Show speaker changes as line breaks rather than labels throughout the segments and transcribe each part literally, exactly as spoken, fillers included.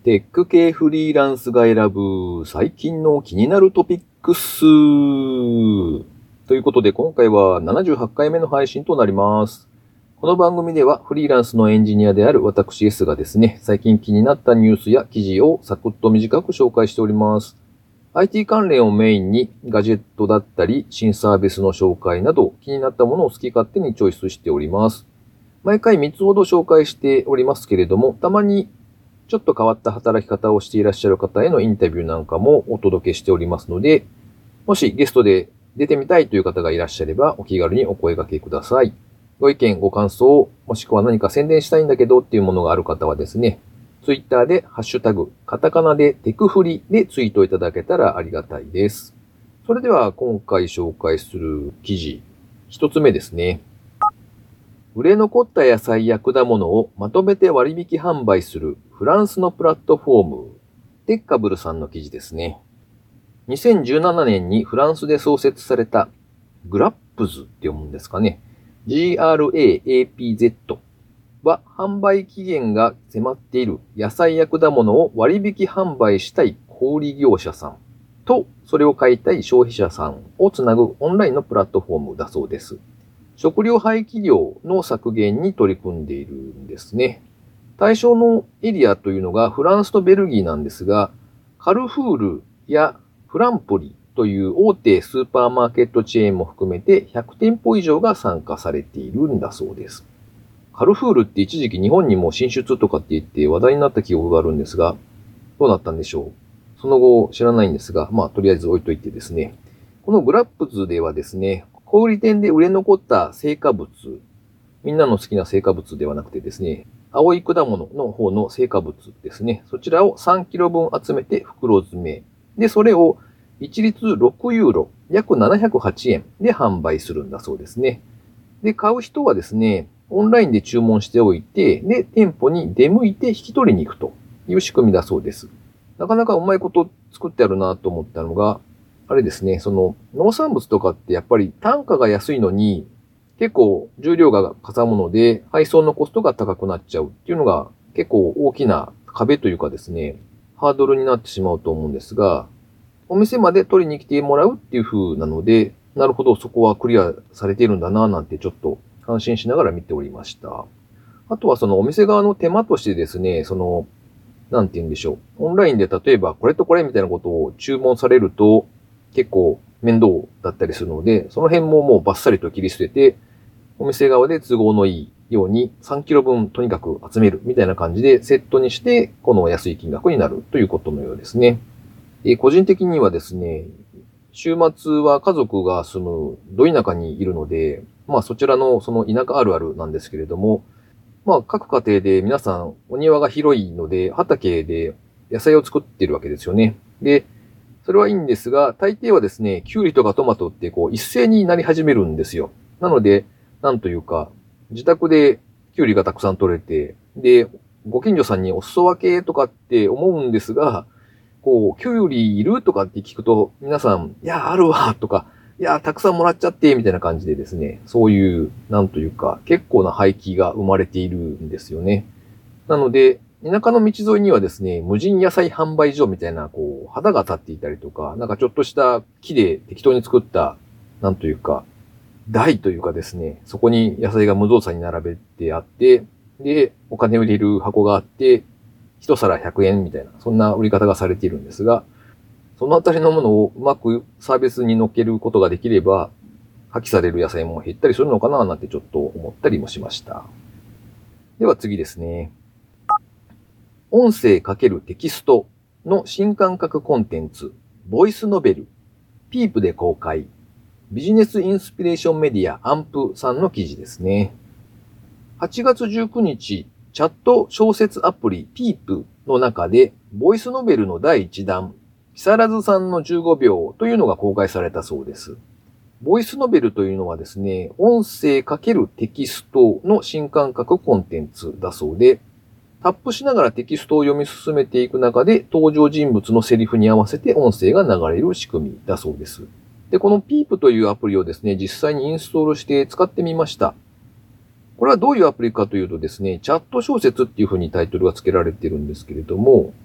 テック系フリーランスが選ぶ最近の気になるトピックスということで、今回はななじゅうはちかいめの配信となります。この番組ではフリーランスのエンジニアである私 S がですね、最近気になったニュースや記事をサクッと短く紹介しております。アイティー 関連をメインにガジェットだったり新サービスの紹介など気になったものを好き勝手にチョイスしております。毎回みっつほど紹介しておりますけれども、たまにちょっと変わった働き方をしていらっしゃる方へのインタビューなんかもお届けしておりますので、もしゲストで出てみたいという方がいらっしゃればお気軽にお声掛けください。ご意見、ご感想、もしくは何か宣伝したいんだけどっていうものがある方はですね、ツイッターでハッシュタグ、カタカナでテクフリでツイートいただけたらありがたいです。それでは今回紹介する記事、一つ目ですね。売れ残った野菜や果物をまとめて割引販売するフランスのプラットフォーム、テッカブルさんの記事ですね。にせんじゅうななねんにフランスで創設されたグラップズって読むんですかね。ジーアールエーエーピーゼット は販売期限が迫っている野菜や果物を割引販売したい小売業者さんとそれを買いたい消費者さんをつなぐオンラインのプラットフォームだそうです。食料廃棄量の削減に取り組んでいるんですね。対象のエリアというのがフランスとベルギーなんですが、カルフールやフランプリという大手スーパーマーケットチェーンも含めてひゃくてんぽ以上が参加されているんだそうです。カルフールって一時期日本にも進出とかって言って話題になった記憶があるんですが、どうなったんでしょう。その後知らないんですが、まあとりあえず置いといてですね。このグラップズではですね、小売店で売れ残った成果物、みんなの好きな成果物ではなくてですね、青い果物の方の成果物ですね。そちらをさんキロぶん集めて袋詰め。で、それを一律ろくユーロ、約ななひゃくはちえんで販売するんだそうですね。で、買う人はですね、オンラインで注文しておいて、で、店舗に出向いて引き取りに行くという仕組みだそうです。なかなかうまいこと作ってあるなと思ったのが、あれですね、その農産物とかってやっぱり単価が安いのに結構重量がかさむので配送のコストが高くなっちゃうっていうのが結構大きな壁というかですね、ハードルになってしまうと思うんですが、お店まで取りに来てもらうっていう風なので、なるほどそこはクリアされているんだななんてちょっと感心しながら見ておりました。あとはそのお店側の手間としてですね、その、なんて言うんでしょう。オンラインで例えばこれとこれみたいなことを注文されると、結構面倒だったりするので、その辺ももうバッサリと切り捨てて、お店側で都合のいいようにさんキロぶんとにかく集めるみたいな感じでセットにして、この安い金額になるということのようですね。え個人的にはですね、週末は家族が住むど田舎にいるので、まあそちらのその田舎あるあるなんですけれども、まあ各家庭で皆さんお庭が広いので、畑で野菜を作ってるわけですよね。で、それはいいんですが、大抵はですね、キュウリとかトマトってこう一斉になり始めるんですよ。なので、なんというか、自宅でキュウリがたくさん取れて、で、ご近所さんにお裾分けとかって思うんですが、こう、キュウリいるとかって聞くと、皆さん、いや、あるわ、とか、いや、たくさんもらっちゃって、みたいな感じでですね、そういう、なんというか、結構な廃棄が生まれているんですよね。なので、田舎の道沿いにはですね、無人野菜販売所みたいな、こう、旗が立っていたりとか、なんかちょっとした木で適当に作った、なんというか、台というかですね、そこに野菜が無造作に並べてあって、で、お金を入れる箱があって、一皿ひゃくえんみたいな、そんな売り方がされているんですが、そのあたりのものをうまくサービスに乗っけることができれば、破棄される野菜も減ったりするのかななんてちょっと思ったりもしました。では次ですね。音声×テキストの新感覚コンテンツ、ボイスノベル、ピープで公開、ビジネスインスピレーションメディアアンプさんの記事ですね。はちがつじゅうくにち、チャット小説アプリピープの中で、ボイスノベルのだいいちだん、木更津さんのじゅうごびょうというのが公開されたそうです。ボイスノベルというのはですね、音声×テキストの新感覚コンテンツだそうで、タップしながらテキストを読み進めていく中で登場人物のセリフに合わせて音声が流れる仕組みだそうです。で、このピープというアプリをですね、実際にインストールして使ってみました。これはどういうアプリかというとですね、チャット小説っていう風にタイトルが付けられているんですけれども、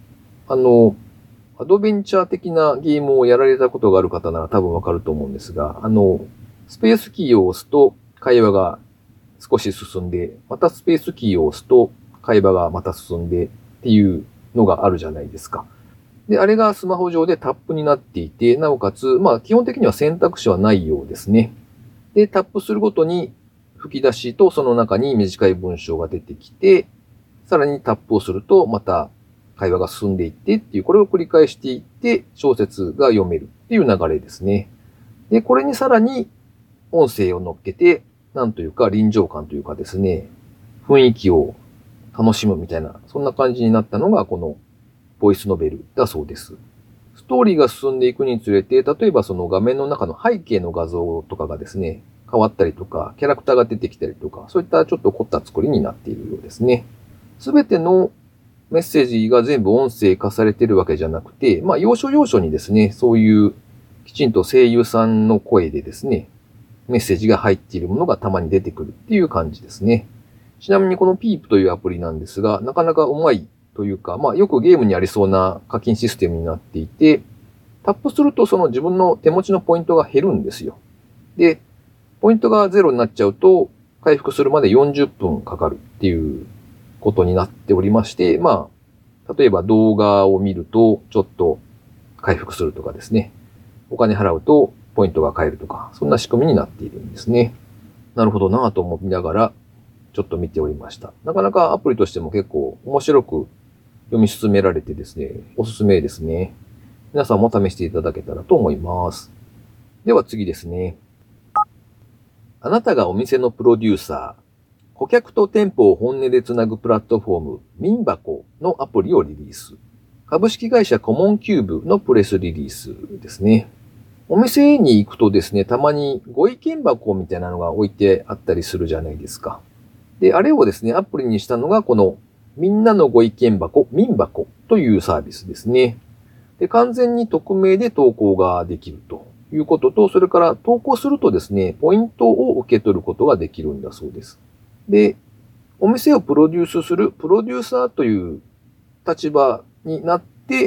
あの、アドベンチャー的なゲームをやられたことがある方なら多分わかると思うんですが、あの、スペースキーを押すと会話が少し進んで、またスペースキーを押すと会話がまた進んでっていうのがあるじゃないですか。で、あれがスマホ上でタップになっていて、なおかつ、まあ基本的には選択肢はないようですね。で、タップするごとに吹き出しとその中に短い文章が出てきて、さらにタップをするとまた会話が進んでいってっていう、これを繰り返していって小説が読めるっていう流れですね。で、これにさらに音声を乗っけて、なんというか臨場感というかですね、雰囲気を楽しむみたいな、そんな感じになったのがこのボイスノベルだそうです。ストーリーが進んでいくにつれて、例えばその画面の中の背景の画像とかがですね、変わったりとか、キャラクターが出てきたりとか、そういったちょっと凝った作りになっているようですね。すべてのメッセージが全部音声化されているわけじゃなくて、まあ、要所要所にですね、そういうきちんと声優さんの声でですね、メッセージが入っているものがたまに出てくるっていう感じですね。ちなみにこのピープというアプリなんですが、なかなかうまいというか、まあよくゲームにありそうな課金システムになっていて、タップするとその自分の手持ちのポイントが減るんですよ。で、ポイントがゼロになっちゃうと、回復するまでよんじゅっぷんかかるっていうことになっておりまして、まあ、例えば動画を見るとちょっと回復するとかですね、お金払うとポイントが買えるとか、そんな仕組みになっているんですね。なるほどなぁと思いながら、ちょっと見ておりました。なかなかアプリとしても結構面白く読み進められてですね、おすすめですね。皆さんも試していただけたらと思います。では次ですね。あなたがお店のプロデューサー、顧客と店舗を本音でつなぐプラットフォーム、民箱のアプリをリリース。株式会社コモンキューブのプレスリリースですね。お店に行くとですね、たまにご意見箱みたいなのが置いてあったりするじゃないですか。で、あれをですね、アプリにしたのがこのみんなのご意見箱、民箱というサービスですね。で、完全に匿名で投稿ができるということと、それから投稿するとですね、ポイントを受け取ることができるんだそうです。で、お店をプロデュースするプロデューサーという立場になって、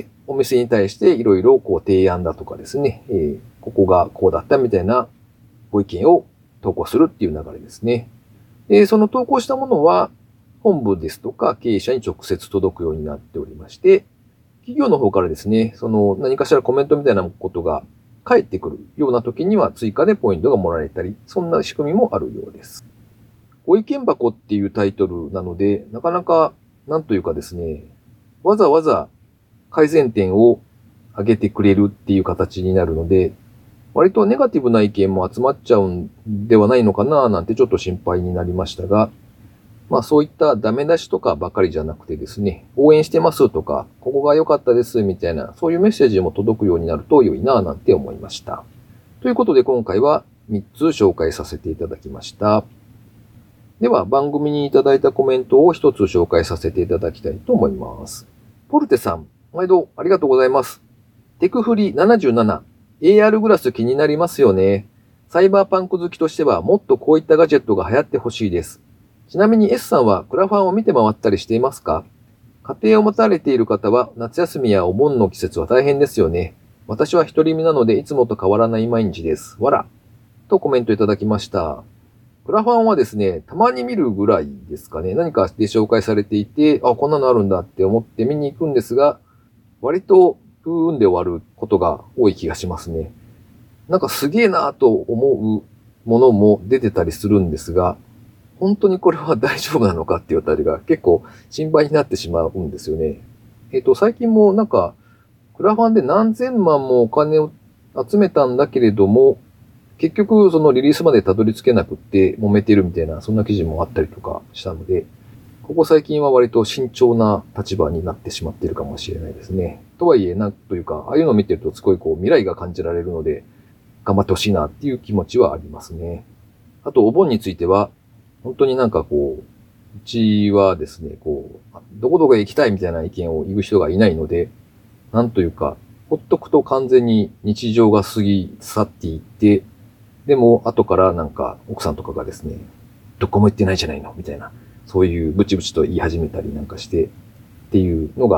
お店に対していろいろこう提案だとかですね、えー、ここがこうだったみたいなご意見を投稿するっていう流れですね。で、その投稿したものは本部ですとか経営者に直接届くようになっておりまして、企業の方からですね、その何かしらコメントみたいなことが返ってくるような時には追加でポイントがもらえたり、そんな仕組みもあるようです。ご意見箱っていうタイトルなので、なかなかなんというかですね、わざわざ改善点を上げてくれるっていう形になるので、割とネガティブな意見も集まっちゃうんではないのかななんてちょっと心配になりましたが、まあそういったダメ出しとかばかりじゃなくてですね、応援してますとか、ここが良かったですみたいな、そういうメッセージも届くようになると良いななんて思いました。ということで今回はみっつ紹介させていただきました。では番組にいただいたコメントをひとつ紹介させていただきたいと思います。ポルテさん、毎度ありがとうございます。テクフリななじゅうなな、エーアール グラス気になりますよね。サイバーパンク好きとしてはもっとこういったガジェットが流行ってほしいです。ちなみに S さんはクラファンを見て回ったりしていますか？家庭を持たれている方は夏休みやお盆の季節は大変ですよね。私は一人身なのでいつもと変わらない毎日です。わら。とコメントいただきました。クラファンはですね、たまに見るぐらいですかね。何かで紹介されていて、あ、こんなのあるんだって思って見に行くんですが、割とふーんで終わることが多い気がしますね。なんかすげえなぁと思うものも出てたりするんですが、本当にこれは大丈夫なのかっていうあたりが結構心配になってしまうんですよね。えっと、最近もなんか、クラファンで何千万もお金を集めたんだけれども、結局そのリリースまでたどり着けなくって揉めてるみたいな、そんな記事もあったりとかしたので、ここ最近は割と慎重な立場になってしまっているかもしれないですね。とはいえ、なんというか、ああいうのを見てるとすごいこう未来が感じられるので、頑張ってほしいなっていう気持ちはありますね。あと、お盆については、本当になんかこう、うちはですね、こう、どこどこへ行きたいみたいな意見を言う人がいないので、なんというか、ほっとくと完全に日常が過ぎ去っていって、でも後からなんか奥さんとかがですね、どこも行ってないじゃないのみたいな、そういうブチブチと言い始めたりなんかしてっていうのが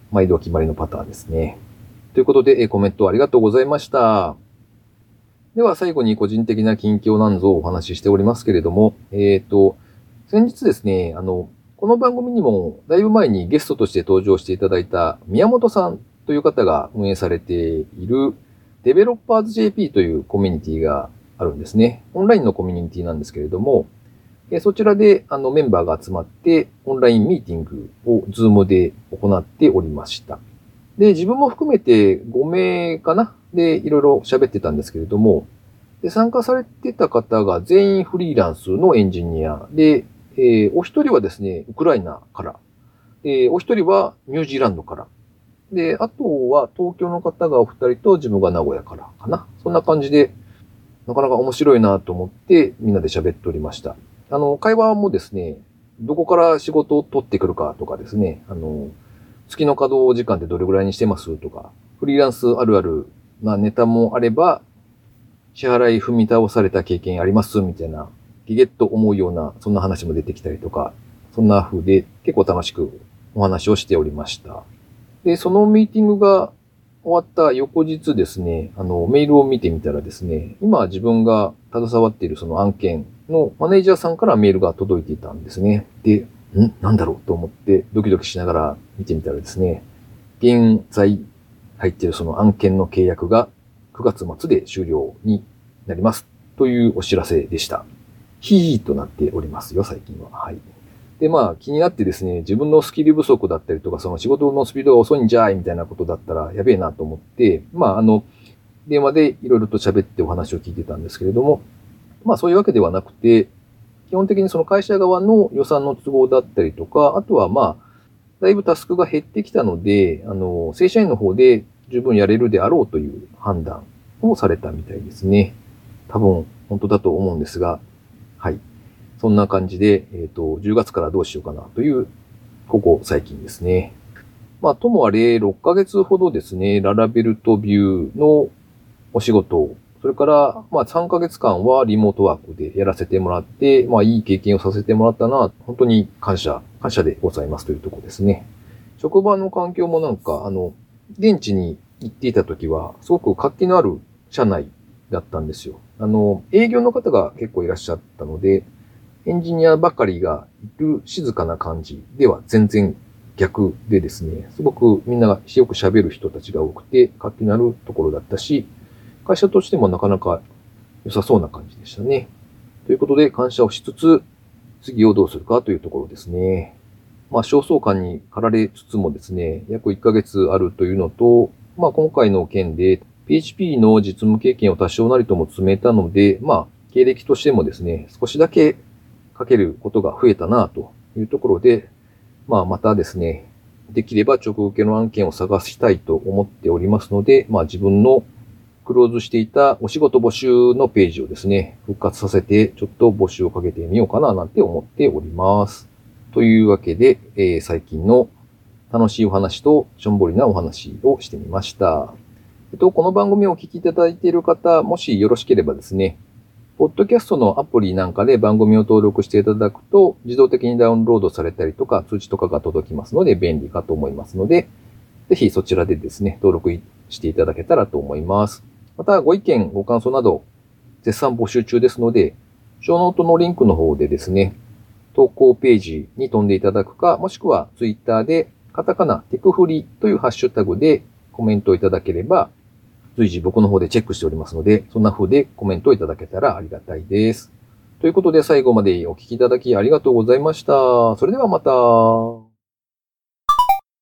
毎度お決まりのパターンですね。ということで、えコメントありがとうございました。では最後に個人的な近況なんぞをお話ししておりますけれども、えっと、先日ですね、あの、この番組にもだいぶ前にゲストとして登場していただいた宮本さんという方が運営されているデベロッパーズ ジェーピー というコミュニティがあるんですね。オンラインのコミュニティなんですけれども、そちらであのメンバーが集まってオンラインミーティングを Zoom で行っておりました。で、自分も含めてごめいかなでいろいろ喋ってたんですけれども、で参加されてた方が全員フリーランスのエンジニアで、えー、お一人はですね、ウクライナから、えー、お一人はニュージーランドから、で、あとは東京の方がお二人と自分が名古屋からかな。そんな感じで、なかなか面白いなと思ってみんなで喋っておりました。あの、会話もですね、どこから仕事を取ってくるかとかですね、あの、月の稼働時間ってどれぐらいにしてますとか、フリーランスあるあるなネタもあれば、支払い踏み倒された経験ありますみたいな、ギゲッと思うような、そんな話も出てきたりとか、そんな風で結構楽しくお話をしておりました。で、そのミーティングが終わった翌日ですね、あの、メールを見てみたらですね、今自分が携わっているその案件のマネージャーさんからメールが届いていたんですね。で、んなんだろうと思ってドキドキしながら見てみたらですね、現在入っているその案件の契約がくがつ末で終了になりますというお知らせでした。ヒーとなっておりますよ、最近は。はい。で、まあ気になってですね、自分のスキル不足だったりとか、その仕事のスピードが遅いんじゃいみたいなことだったらやべえなと思って、まああの、電話でいろいろと喋ってお話を聞いてたんですけれども、まあそういうわけではなくて、基本的にその会社側の予算の都合だったりとか、あとはまあ、だいぶタスクが減ってきたので、あの、正社員の方で十分やれるであろうという判断をされたみたいですね。多分本当だと思うんですが、はい。そんな感じで、えっと、じゅうがつからどうしようかなという、ここ最近ですね。まあ、ともあれ、ろっかげつほどですね、ララベルとビューのお仕事、それから、まあ、さんかげつかんはリモートワークでやらせてもらって、まあ、いい経験をさせてもらったな、本当に感謝、感謝でございますというところですね。職場の環境もなんか、あの、現地に行っていた時は、すごく活気のある社内だったんですよ。あの、営業の方が結構いらっしゃったので、エンジニアばかりがいる静かな感じでは全然逆でですね、すごくみんながよく喋る人たちが多くて活気のあるところだったし、会社としてもなかなか良さそうな感じでしたね。ということで感謝をしつつ、次をどうするかというところですね。まあ、焦燥感に駆られつつもですね、約いっかげつあるというのと、まあ、今回の件で ピーエイチピー の実務経験を多少なりとも積めたので、まあ、経歴としてもですね、少しだけかけることが増えたなというところで、まあまたですね、できれば直受けの案件を探したいと思っておりますので、まあ自分のクローズしていたお仕事募集のページをですね、復活させてちょっと募集をかけてみようかななんて思っております。というわけで、えー、最近の楽しいお話としょんぼりなお話をしてみました。えっと、この番組をお聞きいただいている方、もしよろしければですね、ポッドキャストのアプリなんかで番組を登録していただくと、自動的にダウンロードされたりとか、通知とかが届きますので便利かと思いますので、ぜひそちらでですね、登録していただけたらと思います。また、ご意見、ご感想など、絶賛募集中ですので、ショーノートのリンクの方でですね、投稿ページに飛んでいただくか、もしくはツイッターで、カタカナ、テクフリというハッシュタグでコメントをいただければ、随時僕の方でチェックしておりますので、そんな風でコメントをいただけたらありがたいです。ということで最後までお聞きいただきありがとうございました。それではまた。